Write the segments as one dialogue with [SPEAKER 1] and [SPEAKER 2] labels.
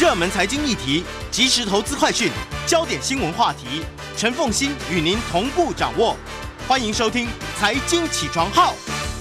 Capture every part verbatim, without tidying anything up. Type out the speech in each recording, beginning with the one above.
[SPEAKER 1] 热门财经议题、即时投资快讯、焦点新闻话题，陈凤馨与您同步掌握。欢迎收听《财经起床号》。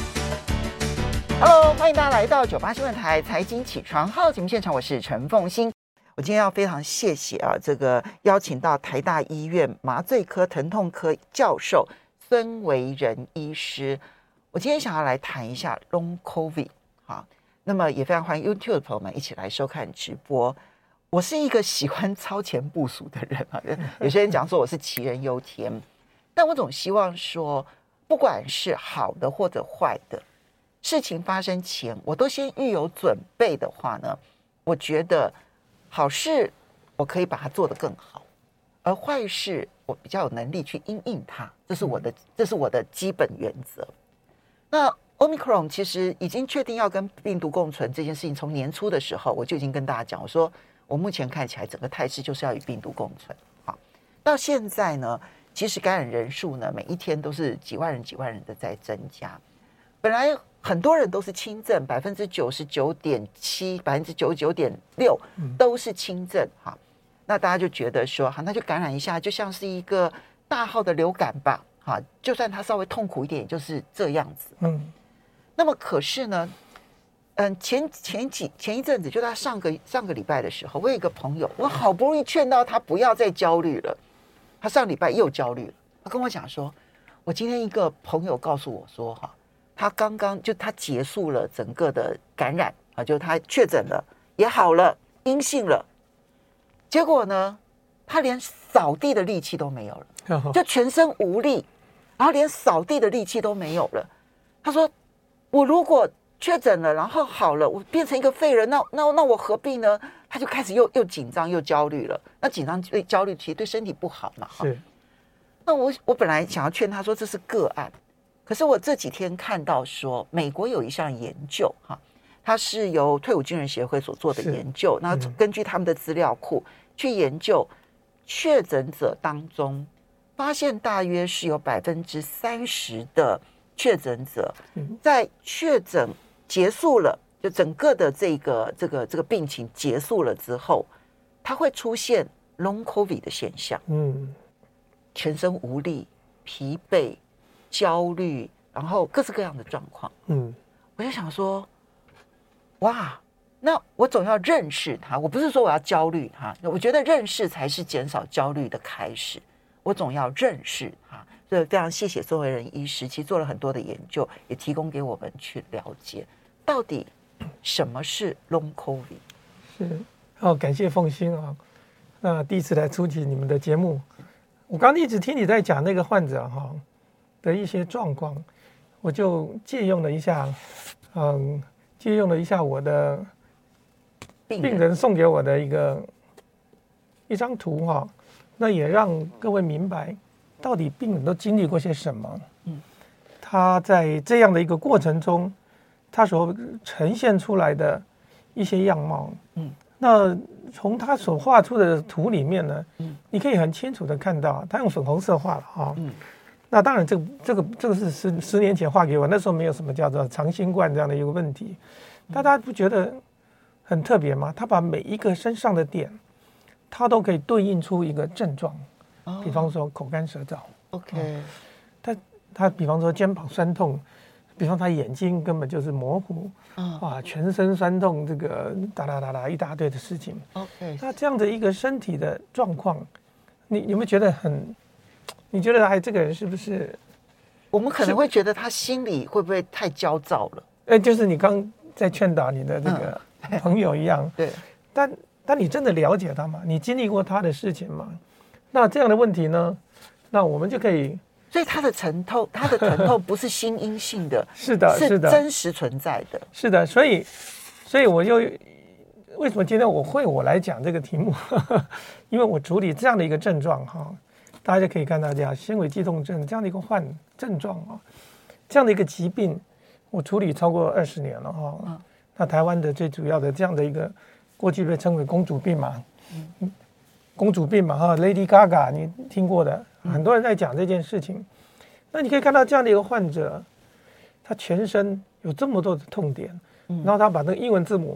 [SPEAKER 2] Hello， 欢迎大家来到九八新闻台财经起床号节目现场，我是陈凤馨。我今天要非常谢谢啊，这个邀请到台大医院麻醉科疼痛科教授孙维仁医师。我今天想要来谈一下 Long COVID， 好，那么也非常欢迎 YouTube 的朋友们一起来收看直播。我是一个喜欢超前部署的人啊，有些人讲说我是杞人忧天，但我总希望说，不管是好的或者坏的事情发生前，我都先预有准备的话呢，我觉得好事我可以把它做得更好，而坏事我比较有能力去因应它，这是我的这是我的基本原则。那 Omicron 其实已经确定要跟病毒共存这件事情，从年初的时候我就已经跟大家讲，我说我目前看起来整个态势就是要与病毒共存。好，到现在呢，其实感染人数呢每一天都是几万人几万人的在增加，本来很多人都是轻症，百分之九十九点七、百分之九十九点六都是轻症哈。那大家就觉得说，好，那就感染一下，就像是一个大号的流感吧，哈，就算它稍微痛苦一点，也就是这样子。嗯，那么可是呢，嗯，前前几前一阵子，就在上个上个礼拜的时候，我有一个朋友，我好不容易劝到他不要再焦虑了，他上礼拜又焦虑了。他跟我讲说，我今天一个朋友告诉我说，哈。他刚刚就他结束了整个的感染啊，就他确诊了也好了，阴性了，结果呢，他连扫地的力气都没有了，就全身无力，然后连扫地的力气都没有了。他说：“我如果确诊了，然后好了，我变成一个废人，那那那我何必呢？”他就开始又又紧张又焦虑了。那紧张对焦虑其实对身体不好嘛。是。那我我本来想要劝他说这是个案。可是我这几天看到说，美国有一项研究哈，它是由退伍军人协会所做的研究，那根据他们的资料库去研究确诊者当中，发现大约是有百分之三十的确诊者在确诊结束了，就整个的这个这个这个病情结束了之后，它会出现 Long COVID 的现象，嗯，全身无力、疲惫。焦虑，然后各式各样的状况，嗯，我就想说，哇，那我总要认识他。我不是说我要焦虑他，我觉得认识才是减少焦虑的开始。我总要认识他，所以非常谢谢孙维仁医师，其实做了很多的研究，也提供给我们去了解到底什么是 Long COVID。
[SPEAKER 3] 是，哦，感谢凤馨啊，那第一次来出席你们的节目，我刚刚一直听你在讲那个患者哈。的一些状况，我就借用了一下，嗯，借用了一下我的病人送给我的一个一张图哈，那也让各位明白到底病人都经历过些什么。嗯，他在这样的一个过程中，他所呈现出来的一些样貌，嗯，那从他所画出的图里面呢，嗯，你可以很清楚的看到，他用粉红色画了哈，嗯。那当然这个，这个这个是十十年前画给我，那时候没有什么叫做长新冠这样的一个问题，大家不觉得很特别吗？他把每一个身上的点，他都可以对应出一个症状，比方说口干舌燥 ，OK，、哦、他他比方说肩膀酸痛，比方他眼睛根本就是模糊，哦、哇，全身酸痛，这个哒哒哒哒一大堆的事情 ，OK， 那这样的一个身体的状况，你有没有觉得很？你觉得哎，这个人是不是？
[SPEAKER 2] 我们可能会觉得他心里会不会太焦躁了？
[SPEAKER 3] 哎，就是你刚在劝导你的这个朋友一样。嗯、
[SPEAKER 2] 对。
[SPEAKER 3] 但但你真的了解他吗？你经历过他的事情吗？那这样的问题呢？那我们就可以。
[SPEAKER 2] 所以他的疼痛，他的疼痛不是心因性的，
[SPEAKER 3] 是的，
[SPEAKER 2] 是的，真实存在的。
[SPEAKER 3] 是的，所以所以我就为什么今天我会我来讲这个题目？因为我处理这样的一个症状哈。大家可以看到，这样纤维肌痛症这样的一个患症状啊，这样的一个疾病，我处理超过二十年了哈。嗯、那台湾的最主要的这样的一个，过去被称为公主病嘛，嗯、公主病嘛哈 ，Lady Gaga 你听过的，很多人在讲这件事情。嗯、那你可以看到这样的一个患者，他全身有这么多的痛点，嗯、然后他把那个英文字母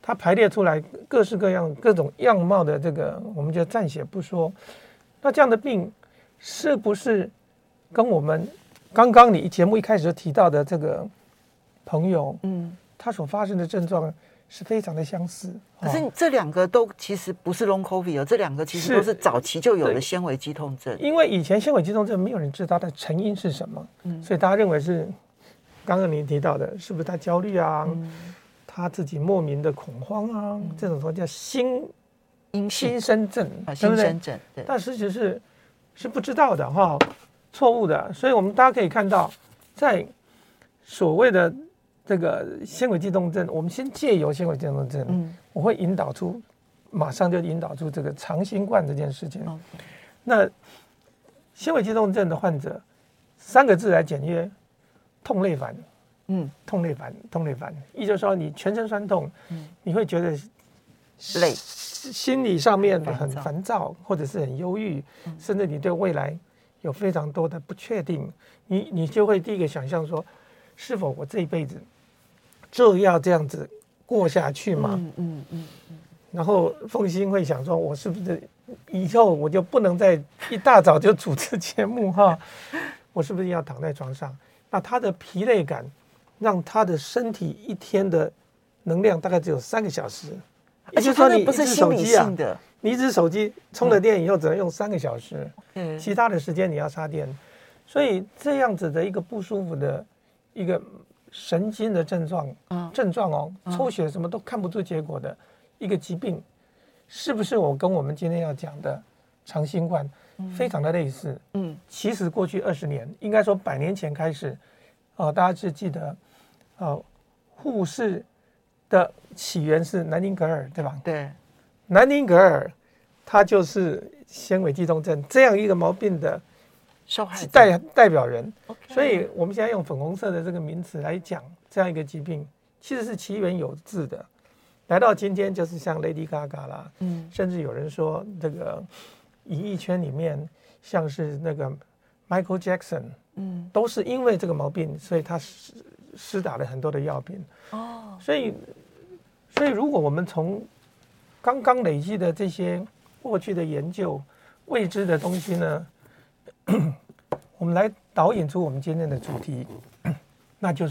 [SPEAKER 3] 它排列出来各式各样各种样貌的这个，我们就暂且不说。那这样的病是不是跟我们刚刚你节目一开始提到的这个朋友，嗯，他所发生的症状是非常的相似？
[SPEAKER 2] 可是这两个都其实不是 long COVID 哦，这两个其实都是早期就有的纤维肌痛症。
[SPEAKER 3] 因为以前纤维肌痛症没有人知道它的成因是什么，嗯，所以大家认为是刚刚您提到的，是不是他焦虑啊？嗯，他自己莫名的恐慌啊，嗯、这种说叫心心身症，
[SPEAKER 2] 啊，心身症，对。
[SPEAKER 3] 但事实是是不知道的哈，错误的。所以我们大家可以看到，在所谓的这个纤维肌痛症，我们先借由纤维肌痛症，嗯，我会引导出，马上就引导出这个长新冠这件事情。嗯、那纤维肌痛症的患者，三个字来简约。痛累烦，嗯，痛累烦，痛累烦，也就是说你全身酸痛，嗯，你会觉得
[SPEAKER 2] 累，
[SPEAKER 3] 心理上面很烦躁，或者是很忧郁，嗯、甚至你对未来有非常多的不确定，你你就会第一个想象说，是否我这一辈子就要这样子过下去吗？嗯嗯嗯嗯。然后凤馨会想说，我是不是以后我就不能再一大早就主持节目哈？我是不是要躺在床上？那他的疲累感，让他的身体一天的能量大概只有三个小时，
[SPEAKER 2] 而且他那不是心理性的，
[SPEAKER 3] 你一只手机充了电以后只能用三个小时，嗯，其他的时间你要插电，所以这样子的一个不舒服的一个神经的症状，嗯，症状哦，抽血什么都看不出结果的一个疾病，是不是我跟我们今天要讲的长新冠？非常的类似，嗯，其实过去二十年，应该说百年前开始，哦，大家是记得，哦，护士的起源是南宁格尔，对吧？
[SPEAKER 2] 对，
[SPEAKER 3] 南宁格尔，它就是纤维肌痛症这样一个毛病的
[SPEAKER 2] 受害者
[SPEAKER 3] 代代表人， okay. 所以我们现在用粉红色的这个名词来讲这样一个疾病，其实是其源有自的。来到今天，就是像 Lady Gaga 啦，嗯，甚至有人说这个。演艺圈里面，像是那个 Michael Jackson， 嗯，都是因为这个毛病，所以他施施打了很多的药品。哦，所以，所以如果我们从刚刚累积的这些过去的研究、未知的东西呢，我们来导引出我们今天的主题，那就是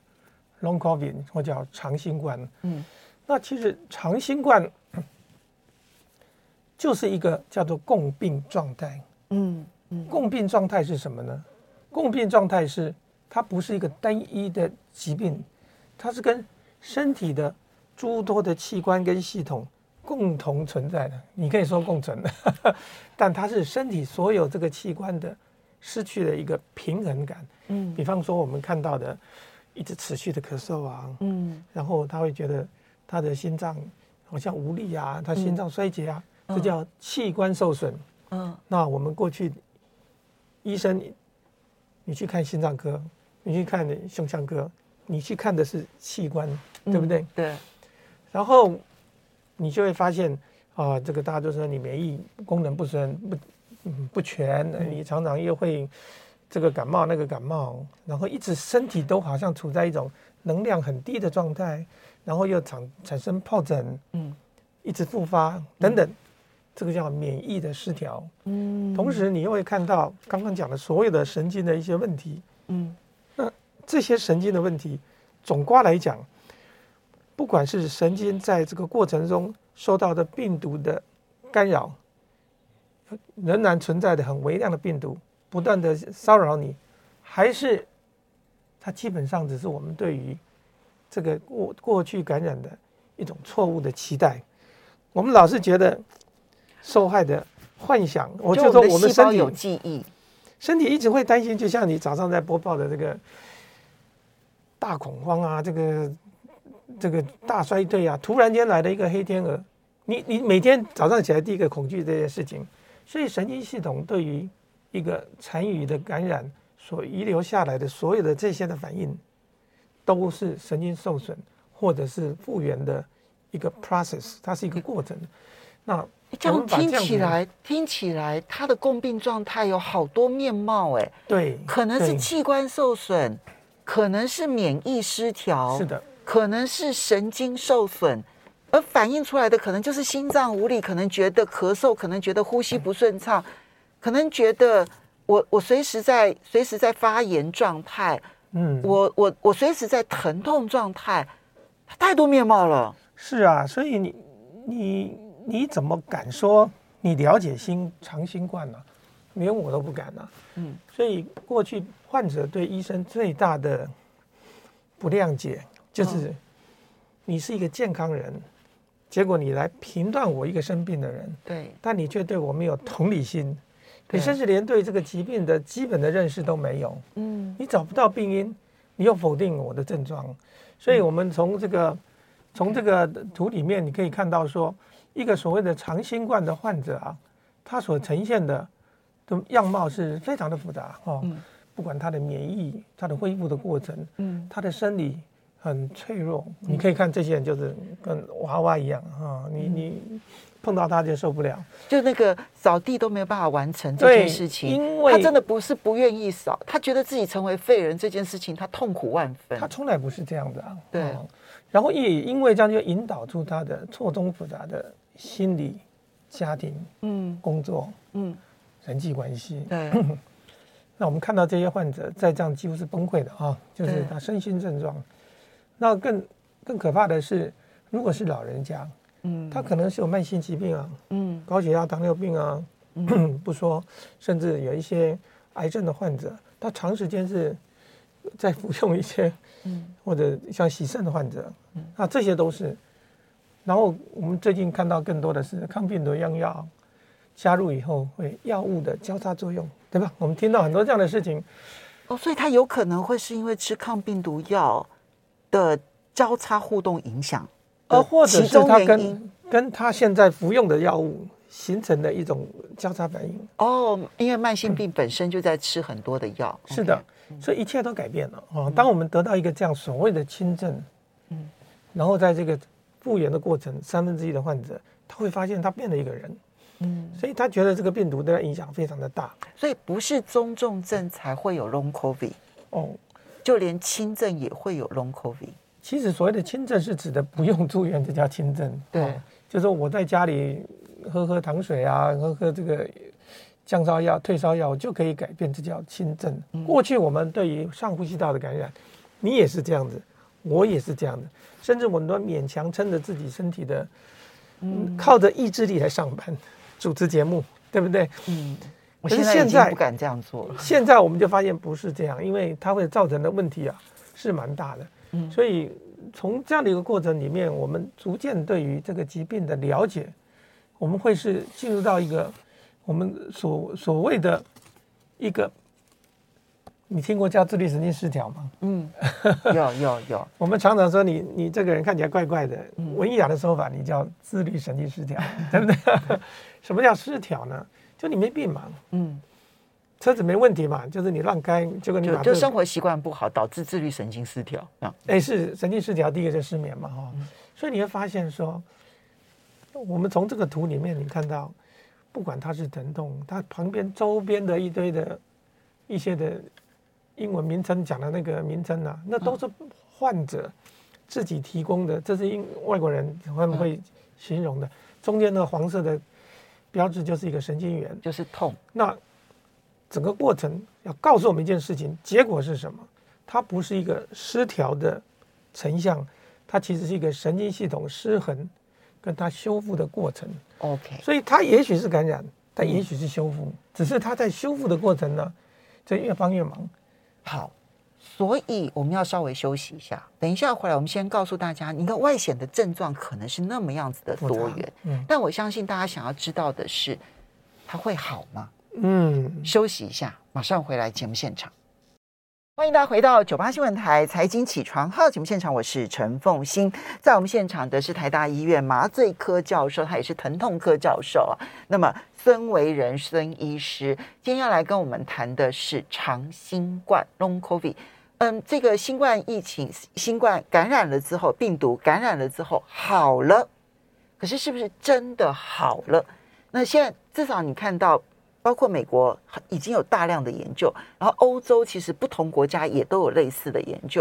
[SPEAKER 3] Long COVID 或叫长新冠。嗯，那其实长新冠。就是一个叫做共病状态，嗯嗯，共病状态是什么呢？共病状态是它不是一个单一的疾病，它是跟身体的诸多的器官跟系统共同存在的，你可以说共存的，但它是身体所有这个器官的失去了一个平衡感，嗯，比方说我们看到的一直持续的咳嗽啊，嗯，然后他会觉得他的心脏好像无力啊，他心脏衰竭啊。嗯，这叫器官受损。嗯，那我们过去医生，你去看心脏科，你去看胸腔科，你去看的是器官，嗯、对不对？
[SPEAKER 2] 对。
[SPEAKER 3] 然后你就会发现啊、呃，这个大家都说你免疫功能不全不嗯不全，你常常又会这个感冒那个感冒，然后一直身体都好像处在一种能量很低的状态，然后又产产生疱疹，嗯，一直复发等等。嗯，这个叫免疫的失调，嗯，同时你又会看到刚刚讲的所有的神经的一些问题，嗯，那这些神经的问题，总括来讲，不管是神经在这个过程中受到的病毒的干扰，仍然存在的很微量的病毒不断的骚扰你，还是它基本上只是我们对于这个过过去感染的一种错误的期待，我们老是觉得。受害的幻想，我就说我们身体
[SPEAKER 2] 有记忆，
[SPEAKER 3] 身体一直会担心，就像你早上在播报的这个大恐慌啊，这个这个大衰退啊，突然间来了一个黑天鹅，你你每天早上起来第一个恐惧这件事情，所以神经系统对于一个残余的感染所遗留下来的所有的这些的反应，都是神经受损或者是复原的一个 process， 它是一个过程。那
[SPEAKER 2] 这样听起来，听起来它的共病状态有好多面貌，哎，
[SPEAKER 3] 对，
[SPEAKER 2] 可能是器官受损，可能是免疫失调，
[SPEAKER 3] 是的，
[SPEAKER 2] 可能是神经受损， 而反映出来的可能就是心脏无力，可能觉得咳嗽，可能觉得呼吸不顺畅，可能觉得我我随时在随时在发炎状态，嗯，我我我随时在疼痛状态，太多面貌了。
[SPEAKER 3] 是啊，所以你你你怎么敢说你了解新长新冠呢、啊？连我都不敢啊。嗯，所以过去患者对医生最大的不谅解就是。哦，你是一个健康人，结果你来评断我一个生病的人，
[SPEAKER 2] 对，
[SPEAKER 3] 但你却对我没有同理心，你甚至连对这个疾病的基本的认识都没有。嗯，你找不到病因，你又否定我的症状，所以我们从这个、嗯、从这个图里面你可以看到说，一个所谓的长新冠的患者啊，他所呈现的的样貌是非常的复杂哦，嗯、不管他的免疫、他的恢复的过程，嗯，他的生理。很脆弱，你可以看这些人就是跟娃娃一样啊，你你碰到他就受不了，
[SPEAKER 2] 就那个扫地都没有办法完成这件事情，因为他真的不是不愿意扫，他觉得自己成为废人这件事情，他痛苦万分。
[SPEAKER 3] 他从来不是这样的啊，
[SPEAKER 2] 对。
[SPEAKER 3] 嗯、然后也因为这样就引导出他的错综复杂的心理、家庭、嗯、工作、嗯、人际关系。
[SPEAKER 2] 对。
[SPEAKER 3] 那我们看到这些患者在这样几乎是崩溃的啊，就是他身心症状。那更更可怕的是，如果是老人家，嗯，他可能是有慢性疾病啊，嗯，高血压、糖尿病啊，嗯、不说，甚至有一些癌症的患者，他长时间是在服用一些，嗯，或者像洗肾的患者，嗯，那这些都是。然后我们最近看到更多的是抗病毒样药加入以后会药物的交叉作用，对吧？我们听到很多这样的事情。
[SPEAKER 2] 哦，所以他有可能会是因为吃抗病毒药的交叉互动影响，
[SPEAKER 3] 呃，或者是他跟跟他现在服用的药物形成的一种交叉反应。
[SPEAKER 2] 哦，因为慢性病本身就在吃很多的药，
[SPEAKER 3] 是的， okay, 所以一切都改变了啊、哦！当我们得到一个这样所谓的轻症，嗯，然后在这个复原的过程，三分之一的患者他会发现他变了一个人，嗯，所以他觉得这个病毒对他影响非常的大。
[SPEAKER 2] 所以不是中重症才会有 long COVID 哦。就连轻症也会有 long COVID。
[SPEAKER 3] 其实所谓的轻症是指的不用住院，这叫轻症。
[SPEAKER 2] 对、
[SPEAKER 3] 哦，就是说我在家里喝喝糖水啊，喝喝这个降烧药、退烧药就可以改变，这叫轻症。嗯、过去我们对于上呼吸道的感染，你也是这样子，我也是这样的，甚至我们都勉强撑着自己身体的，嗯，靠着意志力来上班、主持节目，对不对？
[SPEAKER 2] 嗯。我现在已经不敢这样做了。
[SPEAKER 3] 现在我们就发现不是这样，因为它会造成的问题啊是蛮大的。嗯，所以从这样的一个过程里面，我们逐渐对于这个疾病的了解，我们会是进入到一个我们所所谓的一个，你听过叫自律神经失调吗？
[SPEAKER 2] 嗯，有有有。
[SPEAKER 3] 我们常常说你你这个人看起来怪怪的，嗯、文雅的说法，你叫自律神经失调，对不对？什么叫失调呢？就你没病嘛，嗯，车子没问题嘛，就是你乱开，结果你把、
[SPEAKER 2] 这个、就, 就生活习惯不好，导致自律神经失调。
[SPEAKER 3] 哎，是神经失调，第一个就失眠嘛，哈、嗯，所以你会发现说，我们从这个图里面你看到，不管它是疼痛，它旁边周边的一堆的一些的英文名称讲的那个名称啊，那都是患者自己提供的，这是英外国人他们会形容的，中间那个黄色的标志就是一个神经元，
[SPEAKER 2] 就是痛。
[SPEAKER 3] 那整个过程要告诉我们一件事情，结果是什么？它不是一个失调的成像，它其实是一个神经系统失衡跟它修复的过程。
[SPEAKER 2] OK，
[SPEAKER 3] 所以它也许是感染，它也许是修复，嗯、只是它在修复的过程呢，就越帮越忙。
[SPEAKER 2] 好，所以我们要稍微休息一下，等一下回来，我们先告诉大家，你看外显的症状可能是那么样子的多元，嗯，但我相信大家想要知道的是，它会好吗？嗯，休息一下，马上回来节目现场。欢迎大家回到九八新闻台财经起床号节目现场，我是陈凤馨。在我们现场的是台大医院麻醉科教授，他也是疼痛科教授啊。那么孙维仁孙医师今天要来跟我们谈的是长新冠 Long COVID。嗯，这个新冠疫情，新冠感染了之后，病毒感染了之后好了，可是是不是真的好了？那现在至少你看到。包括美国已经有大量的研究，然后欧洲其实不同国家也都有类似的研究，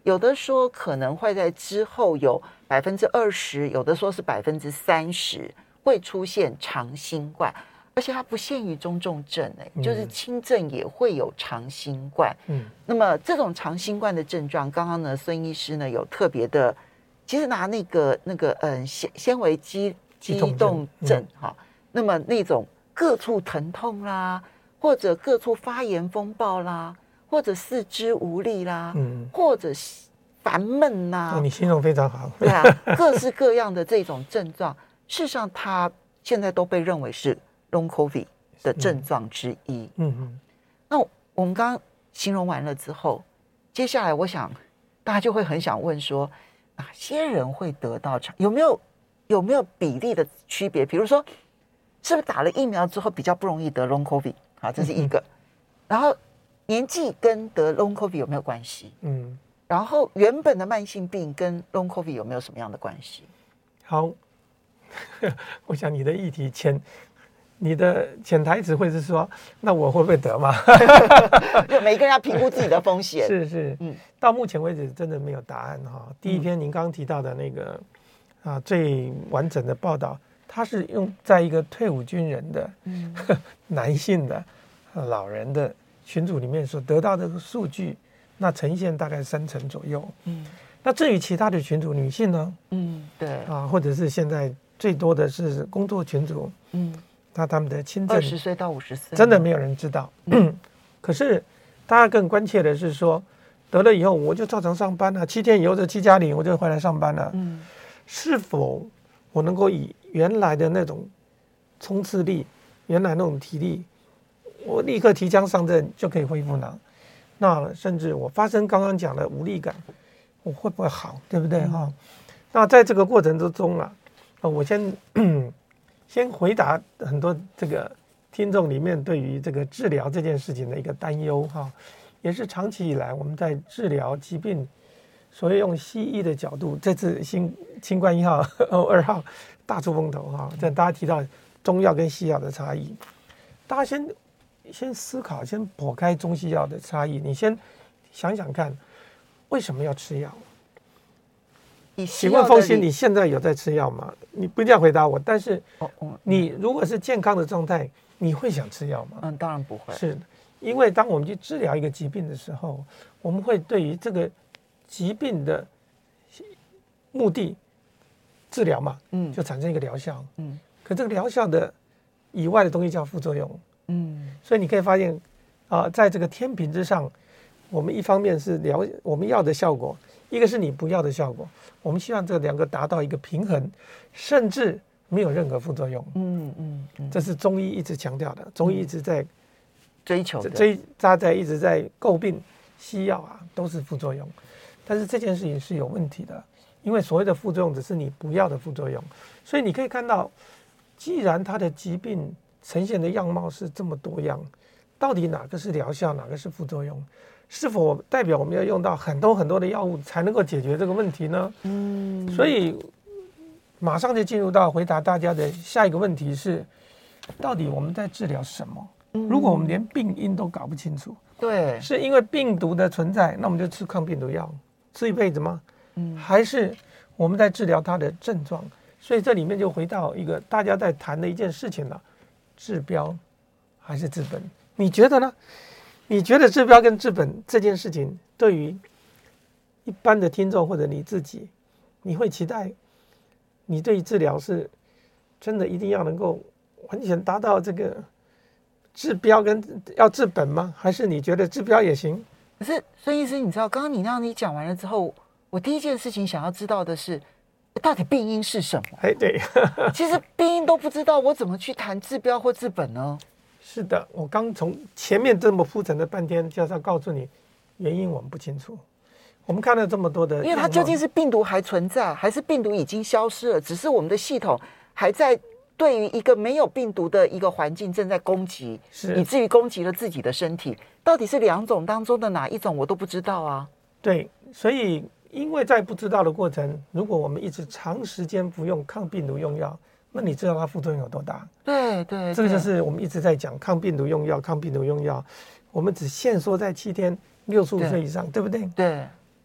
[SPEAKER 2] 有的说可能会在之后有百分之二十，有的说是百分之三十会出现长新冠，而且它不限于中重症、欸嗯、就是轻症也会有长新冠。嗯，那么这种长新冠的症状，刚刚呢孙医师呢有特别的，其实拿那个那个嗯纤纤维肌肌动症哈、嗯，那么那种各处疼痛啦，或者各处发炎风暴啦。或者四肢无力啦，嗯，或者烦闷啦、
[SPEAKER 3] 哦，你形容非常好。
[SPEAKER 2] 对啊，各式各样的这种症状，事实上它现在都被认为是 Long COVID 的症状之一。嗯嗯。那我们刚刚形容完了之后，接下来我想大家就会很想问说，哪些人会得到长？有没有有没有比例的区别？比如说，是不是打了疫苗之后比较不容易得 Long COVID？ 好，这是一个。嗯、然后。年纪跟得 Long COVID 有没有关系？嗯，然后原本的慢性病跟 Long COVID 有没有什么样的关系？
[SPEAKER 3] 好，我想你的议题潜，你的潜台词会是说，那我会不会得吗？
[SPEAKER 2] 就每个人要评估自己的风险。
[SPEAKER 3] 是是，嗯，到目前为止真的没有答案哈。第一篇您刚刚提到的那个、嗯、啊最完整的报道，它是用在一个退伍军人的、嗯、男性的老人的。群组里面所得到的数据，那呈现大概三成左右。嗯，那至于其他的群组，女性呢？嗯，对啊，或者是现在最多的是工作群组。嗯，那他们的轻症，
[SPEAKER 2] 二十岁到五十岁，
[SPEAKER 3] 真的没有人知道。嗯，可是大家更关切的是说，得了以后我就照常上班了、啊，七天以后这七加零我就回来上班了。嗯，是否我能够以原来的那种冲刺力，原来那种体力？我立刻提枪上阵就可以恢复呢？那甚至我发生刚刚讲的无力感，我会不会好？对不对哈、嗯？那在这个过程之中啊，我先先回答很多这个听众里面对于这个治疗这件事情的一个担忧哈，也是长期以来我们在治疗疾病，所以用西医的角度，这次新新冠一号、二号大出风头哈，这大家提到中药跟西药的差异，大家先。先思考，先剖开中西药的差异。你先想想看，为什么要吃药？请问凤馨，你现在有在吃药吗？你不一定要回答我，但是你如果是健康的状态，你会想吃药吗？
[SPEAKER 2] 嗯，当然不会。
[SPEAKER 3] 是，因为当我们去治疗一个疾病的时候，我们会对于这个疾病的目的治疗嘛，嗯，就产生一个疗效，嗯，可这个疗效的以外的东西叫副作用。嗯，所以你可以发现，啊、呃，在这个天平之上，我们一方面是疗我们要的效果，一个是你不要的效果，我们希望这两个达到一个平衡，甚至没有任何副作用。嗯嗯嗯，这是中医一直强调的，中医一直在、嗯、
[SPEAKER 2] 追求的，
[SPEAKER 3] 追扎在一直在诟病西药啊都是副作用，但是这件事情是有问题的，因为所谓的副作用只是你不要的副作用，所以你可以看到，既然它的疾病呈现的样貌是这么多样，到底哪个是疗效，哪个是副作用？是否代表我们要用到很多很多的药物才能够解决这个问题呢？嗯，所以马上就进入到回答大家的下一个问题是：到底我们在治疗什么？如果我们连病因都搞不清楚，
[SPEAKER 2] 对，
[SPEAKER 3] 是因为病毒的存在，那我们就吃抗病毒药，吃一辈子吗？嗯，还是我们在治疗它的症状？所以这里面就回到一个大家在谈的一件事情了。治标还是治本？你觉得呢？你觉得治标跟治本这件事情，对于一般的听众或者你自己，你会期待你对治疗是真的一定要能够完全达到这个治标跟要治本吗？还是你觉得治标也行？
[SPEAKER 2] 可是孙医师，你知道刚刚你让你讲完了之后，我第一件事情想要知道的是，到底病因是什么？
[SPEAKER 3] 哎，对，
[SPEAKER 2] 其实病因都不知道，我怎么去谈治标或治本呢？
[SPEAKER 3] 是的，我刚从前面这么铺陈了半天，就是要告诉你，原因我们不清楚。我们看了这么多的，
[SPEAKER 2] 因为它究竟是病毒还存在，还是病毒已经消失了？只是我们的系统还在对于一个没有病毒的一个环境正在攻击，以至于攻击了自己的身体。到底是两种当中的哪一种，我都不知道啊。
[SPEAKER 3] 对，所以。因为在不知道的过程，如果我们一直长时间服用抗病毒用药，那你知道它副作用有多大？
[SPEAKER 2] 对 对, 对，
[SPEAKER 3] 这个就是我们一直在讲抗病毒用药，抗病毒用药，我们只限缩在七天，六十五岁以上， 对, 对不对？
[SPEAKER 2] 对，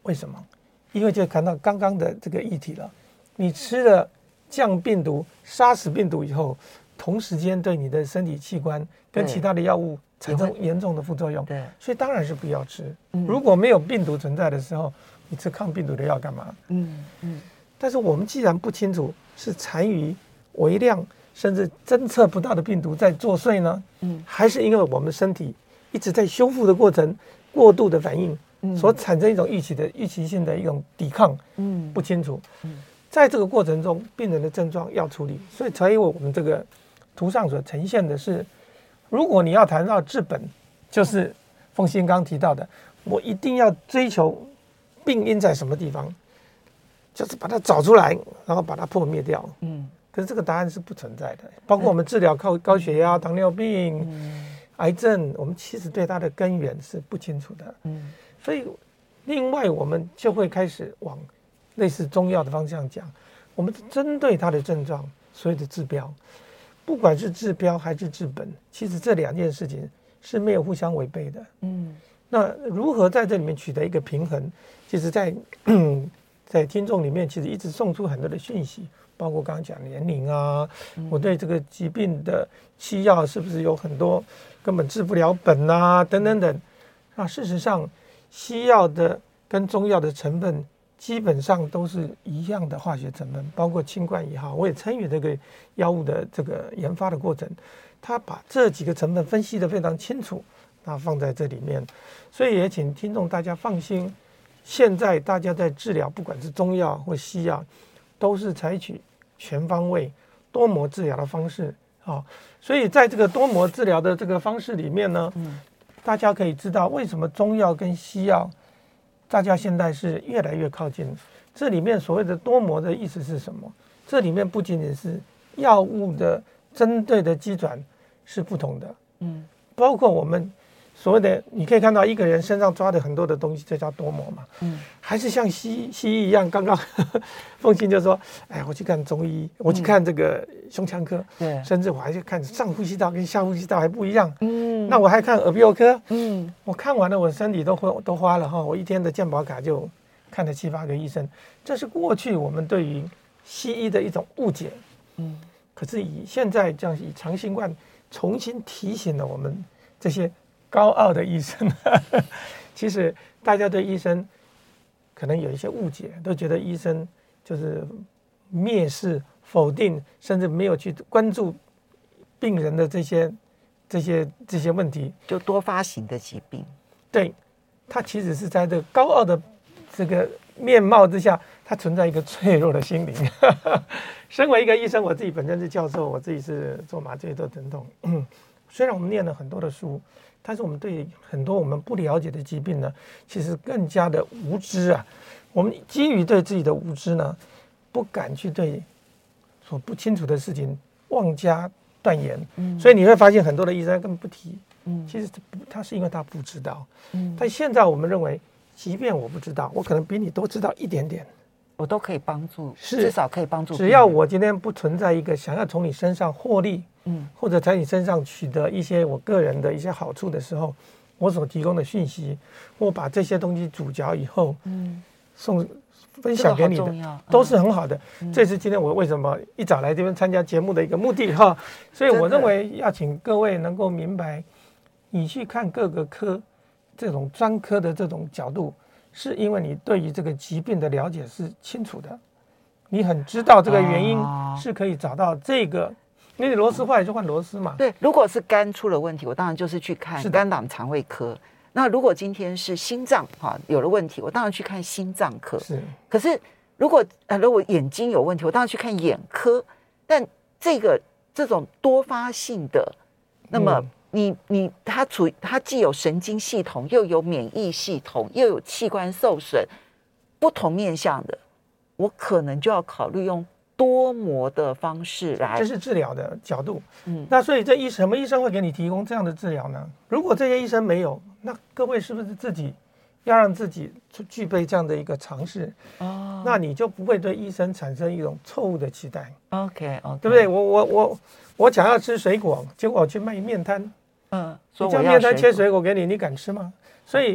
[SPEAKER 3] 为什么？因为就看到刚刚的这个议题了，你吃了降病毒、杀死病毒以后，同时间对你的身体器官跟其他的药物产生严重的副作用，
[SPEAKER 2] 对，
[SPEAKER 3] 所以当然是不要吃。
[SPEAKER 2] 嗯、
[SPEAKER 3] 如果没有病毒存在的时候，你吃抗病毒的药干嘛？
[SPEAKER 2] 嗯嗯。
[SPEAKER 3] 但是我们既然不清楚是残余、微量甚至侦测不到的病毒在作祟呢，嗯，还是因为我们身体一直在修复的过程过度的反应，嗯，所产生一种预期的预期性的一种抵抗，嗯，不清楚，嗯，在这个过程中，病人的症状要处理，所以才有我们这个图上所呈现的是，如果你要谈到治本，就是凤馨刚提到的，我一定要追求病因在什么地方。就是把它找出来，然后把它破灭掉。嗯，可是这个答案是不存在的。包括我们治疗高高血压、糖尿病、嗯、癌症，我们其实对它的根源是不清楚的。嗯，所以另外我们就会开始往类似中药的方向讲，我们针对它的症状，所谓的治标，不管是治标还是治本，其实这两件事情是没有互相违背的。嗯，那如何在这里面取得一个平衡？其实在，在在听众里面，其实一直送出很多的讯息，包括刚刚讲年龄啊，嗯、我对这个疾病的西药是不是有很多根本治不了本啊，等等等。那事实上，西药的跟中药的成分基本上都是一样的化学成分，包括清冠一号，我也参与这个药物的这个研发的过程，他把这几个成分分析得非常清楚，那放在这里面，所以也请听众大家放心。现在大家在治疗，不管是中药或西药，都是采取全方位多模治疗的方式啊、哦。所以在这个多模治疗的这个方式里面呢，嗯、大家可以知道为什么中药跟西药，大家现在是越来越靠近。这里面所谓的多模的意思是什么？这里面不仅仅是药物的针对的机转是不同的，嗯，包括我们。所谓的，你可以看到一个人身上抓的很多的东西，这叫多模嘛。嗯，还是像西西医一样，刚刚凤馨就说，哎，我去看中医，我去看这个胸腔科，对、嗯，甚至我还去看上呼吸道跟下呼吸道还不一样。嗯，那我还看耳鼻喉科。嗯，我看完了，我身体都都花了哈，我一天的健保卡就看了七八个医生，这是过去我们对于西医的一种误解。嗯，可是以现在这样以长新冠重新提醒了我们这些。高傲的医生，其实大家对医生可能有一些误解，都觉得医生就是蔑视、否定，甚至没有去关注病人的这些、这些、这些问题。
[SPEAKER 2] 就多发型的疾病，
[SPEAKER 3] 对，他其实是在这个高傲的这个面貌之下，他存在一个脆弱的心灵。身为一个医生，我自己本身是教授，我自己是做麻醉做疼痛。嗯，虽然我们念了很多的书。但是我们对很多我们不了解的疾病呢，其实更加的无知啊。我们基于对自己的无知呢，不敢去对所不清楚的事情妄加断言。嗯，所以你会发现很多的医生根本不提。嗯，其实他是因为他不知道。嗯，但现在我们认为，即便我不知道，我可能比你多知道一点点，
[SPEAKER 2] 我都可以帮助，至少可以帮助。
[SPEAKER 3] 只要我今天不存在一个想要从你身上获利。嗯，或者在你身上取得一些我个人的一些好处的时候，我所提供的讯息，我把这些东西煮嚼以后，嗯，送分享给你的，嗯、都是很好的。嗯、这是今天我为什么一早来这边参加节目的一个目的哈。所以我认为要请各位能够明白，你去看各个科这种专科的这种角度，是因为你对于这个疾病的了解是清楚的，你很知道这个原因是可以找到这个。因为螺丝坏就换螺丝嘛。
[SPEAKER 2] 对，如果是肝出了问题，我当然就是去看肝胆肠胃科。那如果今天是心脏哈有了问题，我当然去看心脏科。是。可是如果呃如果眼睛有问题，我当然去看眼科。但这个这种多发性的，那么你你它处它既有神经系统，又有免疫系统，又有器官受损，不同面向的，我可能就要考虑用。多模的方式来，
[SPEAKER 3] 这是治疗的角度。嗯，那所以这医什么医生会给你提供这样的治疗呢？如果这些医生没有，那各位是不是自己要让自己具备这样的一个尝试？哦，那你就不会对医生产生一种错误的期待。
[SPEAKER 2] OK， OK，
[SPEAKER 3] 对不对？我我我我想要吃水果，结果我去卖面摊，嗯，你叫面摊切水果给你，你敢吃吗？所以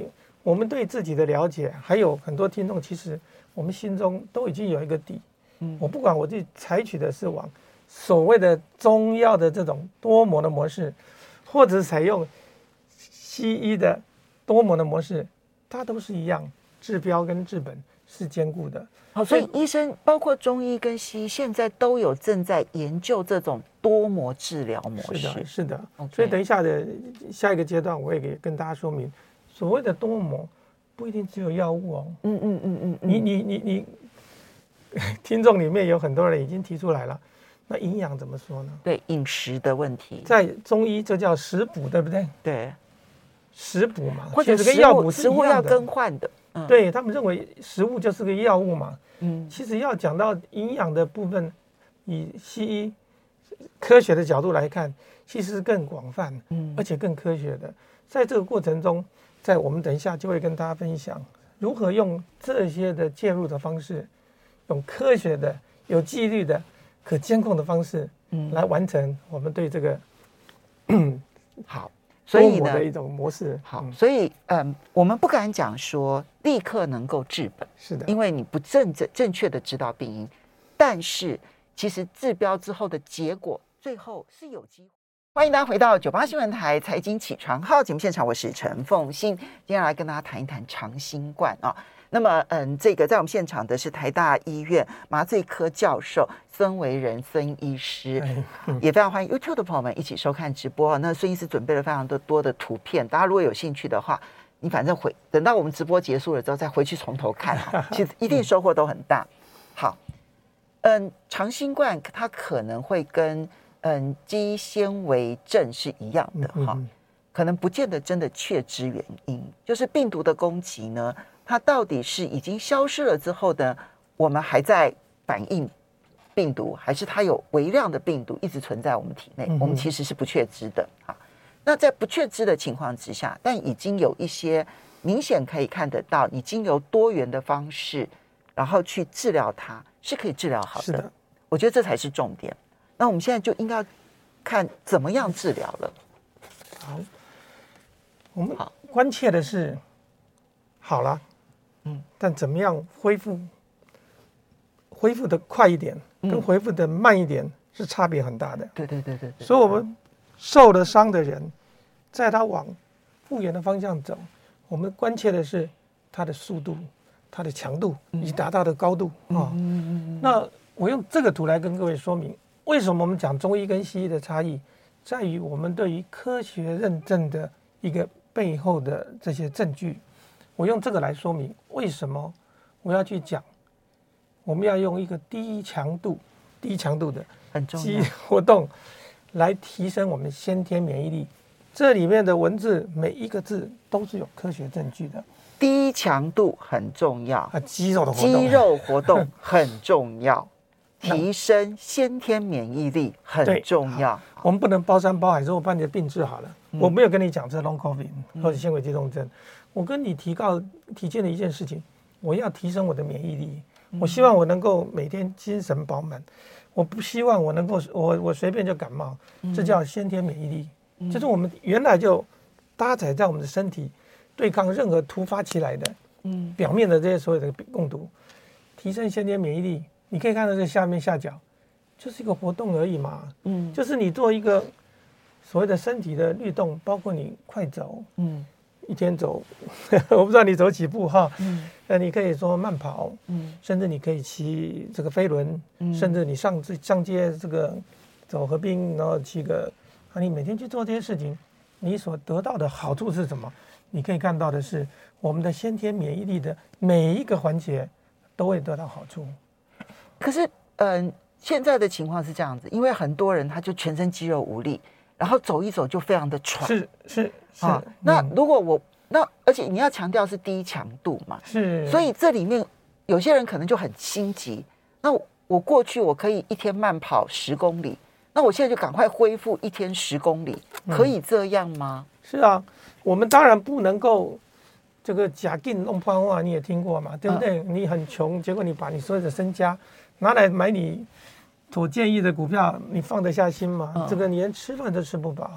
[SPEAKER 3] 我们对自己的了解，还有很多听众，其实我们心中都已经有一个底。嗯，我不管我自己采取的是往所谓的中药的这种多模的模式，或者是采用西医的多模的模式，它都是一样，治标跟治本是兼顾的。
[SPEAKER 2] 好，所以医生包括中医跟西医现在都有正在研究这种多模治疗模式。
[SPEAKER 3] 是的，是的。
[SPEAKER 2] Okay.
[SPEAKER 3] 所以等一下的下一个阶段，我也给跟大家说明，所谓的多模不一定只有药物哦。
[SPEAKER 2] 嗯嗯嗯嗯，
[SPEAKER 3] 你你你你，听众里面有很多人已经提出来了，那营养怎么说呢？
[SPEAKER 2] 对，饮食的问题，
[SPEAKER 3] 在中医这叫食补，对不对？
[SPEAKER 2] 对，
[SPEAKER 3] 食补嘛，
[SPEAKER 2] 或者
[SPEAKER 3] 跟药补是
[SPEAKER 2] 食物要更换的。
[SPEAKER 3] 嗯、对他们认为食物就是个药物嘛。
[SPEAKER 2] 嗯，
[SPEAKER 3] 其实要讲到营养的部分，以西医科学的角度来看，其实是更广泛，嗯，而且更科学的。在这个过程中，在我们等一下就会跟大家分享如何用这些的介入的方式，用科学的、有纪律的、可监控的方式，嗯，来完成我们对这个
[SPEAKER 2] 好。所以呢，
[SPEAKER 3] 的一种模式。
[SPEAKER 2] 好，所以嗯，我们不敢讲说立刻能够治本，
[SPEAKER 3] 是的，
[SPEAKER 2] 因为你不正正正确的知道病因，但是其实治标之后的结果，最后是有机会。欢迎大家回到九八新闻台财经起床号节目现场，我是陈凤馨，今天来跟大家谈一谈长新冠啊。那么，嗯，这个在我们现场的是台大医院麻醉科教授孙维仁孙医师，也非常欢迎 YouTube 的朋友们一起收看直播。那孙医师准备了非常多多的图片，大家如果有兴趣的话，你反正回等到我们直播结束了之后再回去从头看，其实一定收获都很大。好，嗯，长新冠它可能会跟嗯肌纤维症是一样的哈，可能不见得真的确知原因，就是病毒的攻击呢。它到底是已经消失了之后呢，我们还在反应病毒，还是它有微量的病毒一直存在我们体内？我们其实是不确知的啊。那在不确知的情况之下，但已经有一些明显可以看得到，已经由多元的方式，然后去治疗它，是可以治疗好的。
[SPEAKER 3] 是的，
[SPEAKER 2] 我觉得这才是重点。那我们现在就应该看怎么样治疗了。
[SPEAKER 3] 好，我们关切的是，好了。嗯，但怎么样恢复？恢复的快一点，跟恢复的慢一点是差别很大的。
[SPEAKER 2] 对对对对对。
[SPEAKER 3] 所以，我们受了伤的人，在他往复原的方向走，我们关切的是他的速度、他的强度以及达到的高度啊。嗯嗯嗯。那我用这个图来跟各位说明，为什么我们讲中医跟西医的差异，在于我们对于科学认证的一个背后的这些证据。我用这个来说明为什么我要去讲，我们要用一个低强度、低强度的肌活动来提升我们先天免疫力。这里面的文字每一个字都是有科学证据的。
[SPEAKER 2] 低强度很重要
[SPEAKER 3] 啊，肌肉的活动，
[SPEAKER 2] 肌肉活动很重要，提升先天免疫力很重要。
[SPEAKER 3] 我们不能包山包海说我把你的病治好了，嗯、我没有跟你讲这 long covid 或者纤维肌痛症。我跟你提告提荐的一件事情，我要提升我的免疫力，嗯、我希望我能够每天精神饱满，我不希望我能够我我随便就感冒，嗯、这叫先天免疫力，嗯、就是我们原来就搭载在我们的身体对抗任何突发起来的，嗯、表面的这些所有的病毒，提升先天免疫力。你可以看到这下面下角，就是一个活动而已嘛，嗯，就是你做一个所谓的身体的律动，包括你快走，嗯。一天走，我不知道你走几步哈，嗯，那你可以说慢跑，嗯，甚至你可以骑这个飞轮，嗯，甚至你上上街这个走河滨，然后骑个，啊，你每天去做这些事情，你所得到的好处是什么？你可以看到的是，我们的先天免疫力的每一个环节都会得到好处。
[SPEAKER 2] 可是，嗯、呃，现在的情况是这样子，因为很多人他就全身肌肉无力，然后走一走就非常的喘，
[SPEAKER 3] 是是。是
[SPEAKER 2] 啊，那如果我、嗯、那而且你要强调是低强度嘛，
[SPEAKER 3] 是，
[SPEAKER 2] 所以这里面有些人可能就很心急。那 我, 我过去我可以一天慢跑十公里，那我现在就赶快恢复一天十公里，可以这样吗？
[SPEAKER 3] 嗯、是啊，我们当然不能够这个假劲弄破话，你也听过嘛，对不对？嗯、你很穷，结果你把你所有的身家拿来买你所建议的股票，你放得下心吗？嗯、这个你连吃饭都吃不饱。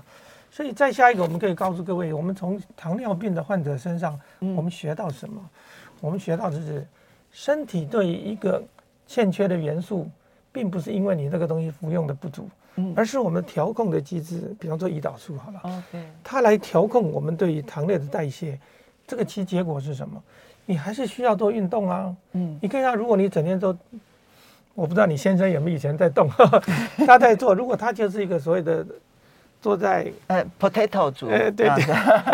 [SPEAKER 3] 所以再下一个，我们可以告诉各位，我们从糖尿病的患者身上，我们学到什么？嗯、我们学到的是，身体对于一个欠缺的元素，并不是因为你这个东西服用的不足，嗯、而是我们调控的机制，比方说胰岛素好了，哦、它来调控我们对于糖类的代谢。这个其结果是什么？你还是需要做运动啊。嗯，你可以看，如果你整天都，我不知道你先生有没有以前在动，他在做，如果他就是一个所谓的坐在
[SPEAKER 2] 呃 potato 族，
[SPEAKER 3] 呃对对，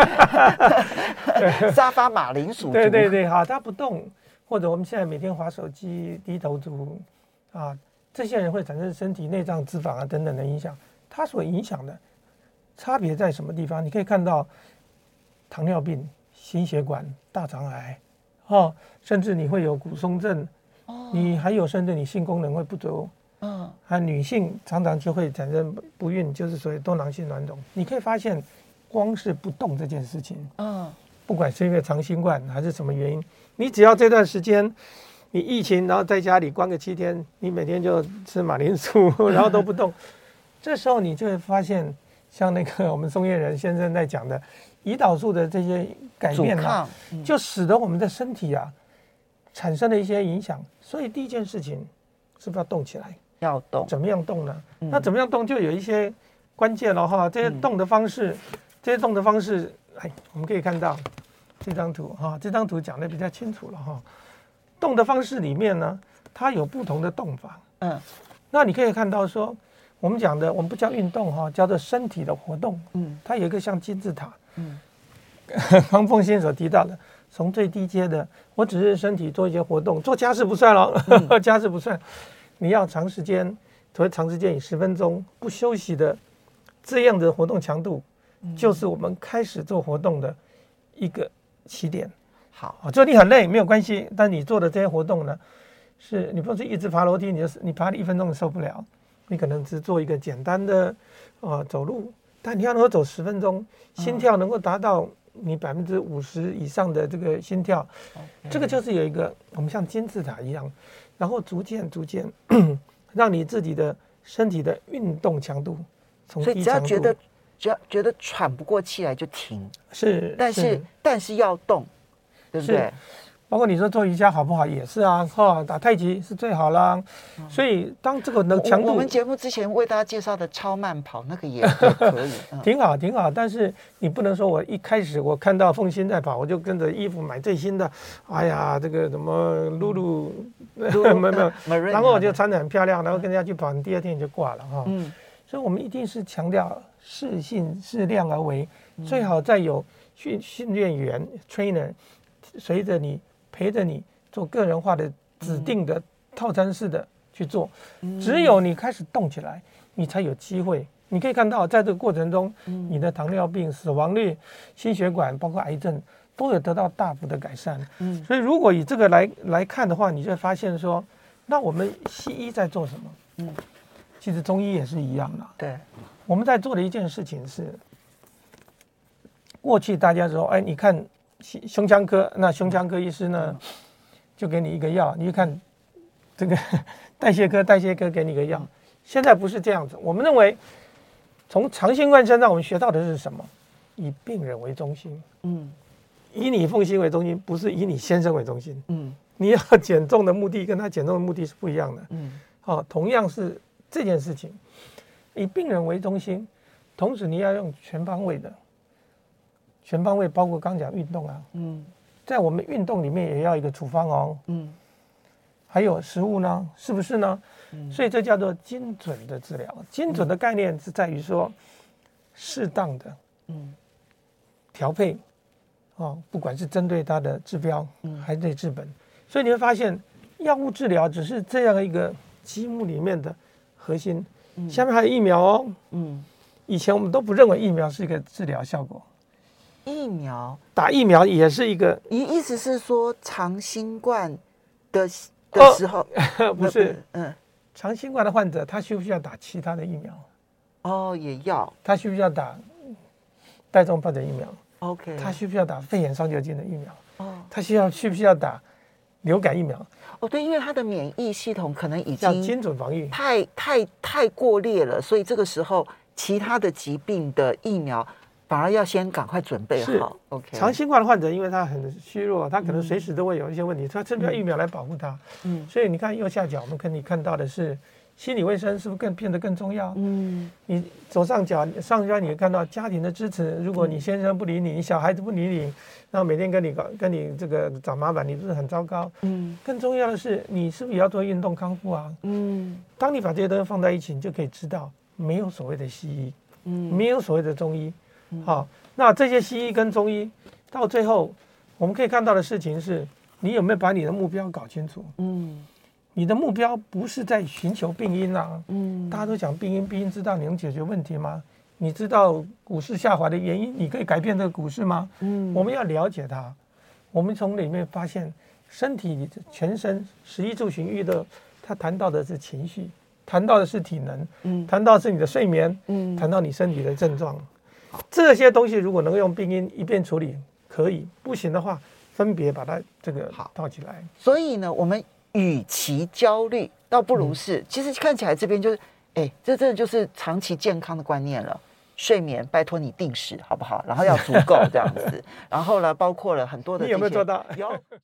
[SPEAKER 2] 沙发马铃薯族，
[SPEAKER 3] 对对对，好，他不动，或者我们现在每天滑手机低头族啊，这些人会产生身体内脏脂肪啊等等的影响。它所影响的差别在什么地方？你可以看到糖尿病、心血管、大肠癌，哦，甚至你会有骨松症，哦，你还有甚至你性功能会不足，嗯，还有女性常常就会产生不孕，就是所谓多囊性卵肿。你可以发现，光是不动这件事情，嗯，不管是因为长新冠还是什么原因，你只要这段时间你疫情，然后在家里关个七天，你每天就吃马铃薯，然后都不动，这时候你就会发现，像那个我们松叶人先生在讲的。胰岛素的这些改变啊，嗯、就使得我们的身体啊产生了一些影响。所以第一件事情是不是要动起来？
[SPEAKER 2] 要动。
[SPEAKER 3] 怎么样动呢？嗯、那怎么样动就有一些关键了哈。这些动的方式，嗯、这些动的方式，哎，我们可以看到这张图哈，这张图讲的比较清楚了哈。动的方式里面呢，它有不同的动法。嗯，那你可以看到说，我们讲的，我们不叫运动哈，叫做身体的活动。嗯，它有一个像金字塔。嗯，方凤新所提到的，从最低阶的，我只是身体做一些活动，做家事不算了，嗯、家事不算，你要长时间，所谓长时间以十分钟不休息的这样的活动强度，嗯、就是我们开始做活动的一个起点。
[SPEAKER 2] 好，
[SPEAKER 3] 做你很累没有关系，但你做的这些活动呢，是你不是一直爬楼梯，你就是你爬了一分钟受不了，你可能只做一个简单的呃走路。但你要能够走十分钟，心跳能够达到你百分之五十以上的这个心跳，嗯、这个就是有一个我们像金字塔一样，然后逐渐逐渐让你自己的身体的运动强度从低强度，所以
[SPEAKER 2] 只要觉得只要觉得喘不过气来就停，
[SPEAKER 3] 是，
[SPEAKER 2] 但是, 是但是要动，对不对？
[SPEAKER 3] 包括你说做瑜伽好不好也是啊，哈，打太极是最好啦。嗯、所以当这个能强度，
[SPEAKER 2] 我们节目之前为大家介绍的超慢跑那个也可以，
[SPEAKER 3] 嗯、挺好挺好。但是你不能说我一开始我看到凤新在跑，我就跟着衣服买最新的，哎呀，这个什么露露，没有没有，然后我就穿得很漂亮，然后跟人家去跑，你第二天你就挂了哈。嗯，所以我们一定是强调适性适量而为，嗯、最好再有训训练员 trainer 随着你。陪着你做个人化的指定的套餐式的去做，嗯、只有你开始动起来，你才有机会。你可以看到，在这个过程中，嗯、你的糖尿病、死亡率、心血管，包括癌症，都有得到大幅的改善。嗯、所以，如果以这个来来看的话，你就会发现说，那我们西医在做什么？嗯，其实中医也是一样的。
[SPEAKER 2] 对，
[SPEAKER 3] 我们在做的一件事情是，过去大家说，哎，你看。胸腔科，那胸腔科医师呢，就给你一个药，你就看这个代谢科，代谢科给你一个药。现在不是这样子，我们认为从长新冠身上我们学到的是什么？以病人为中心，嗯，以你凤新为中心，不是以你先生为中心，嗯，你要减重的目的跟他减重的目的是不一样的，嗯，好、哦，同样是这件事情，以病人为中心，同时你要用全方位的。全方位包括刚讲运动啊，嗯，在我们运动里面也要一个处方哦，嗯，还有食物呢，是不是呢？嗯，所以这叫做精准的治疗。精准的概念是在于说，适当的，嗯，调配，哦，不管是针对它的治标，嗯，还是对治本。所以你会发现，药物治疗只是这样一个积木里面的核心，嗯、下面还有疫苗哦，嗯，以前我们都不认为疫苗是一个治疗效果。
[SPEAKER 2] 疫苗
[SPEAKER 3] 打疫苗也是一个，
[SPEAKER 2] 意意思是说长新冠的的时候，
[SPEAKER 3] 哦、不是，嗯，长新冠的患者他需不需要打其他的疫苗？
[SPEAKER 2] 哦，也要。
[SPEAKER 3] 他需不需要打带状疱疹疫苗
[SPEAKER 2] ？OK。
[SPEAKER 3] 他需不需要打肺炎双球菌的疫苗？哦。他需要需不需要打流感疫苗？
[SPEAKER 2] 哦，对，因为他的免疫系统可能已经
[SPEAKER 3] 要精准防御，
[SPEAKER 2] 太太太过烈了，所以这个时候其他的疾病的疫苗反而要先赶快准备好。OK，
[SPEAKER 3] 长新冠的患者因为他很虚弱，他可能随时都会有一些问题，他需要疫苗来保护他。嗯，所以你看右下角，我们可以看到的是心理卫生是不是更变得更重要？嗯，你左上角上角你会看到家庭的支持，如果你先生不理你，你小孩子不理你，然后每天跟你跟你这个找麻烦，你不是很糟糕？嗯，更重要的是你是不是也要做运动康复啊？嗯，当你把这些东西放在一起，你就可以知道没有所谓的西医，嗯，没有所谓的中医。好，那这些西医跟中医到最后，我们可以看到的事情是，你有没有把你的目标搞清楚？嗯，你的目标不是在寻求病因啊。嗯，大家都讲病因，病因知道你能解决问题吗？你知道股市下滑的原因，你可以改变这个股市吗？嗯，我们要了解它。我们从里面发现，身体全身食衣住行娱乐，它谈到的是情绪，谈到的是体能，嗯，谈到的是你的睡眠，嗯，谈到你身体的症状。这些东西如果能够用病因一边处理，可以；不行的话，分别把它这个套起来。
[SPEAKER 2] 所以呢，我们与其焦虑，倒不如是，嗯、其实看起来这边就是，哎，这真的就是长期健康的观念了。睡眠，拜托你定时好不好？然后要足够这样子。然后呢，包括了很多的，
[SPEAKER 3] 你有没有做到？
[SPEAKER 2] 有。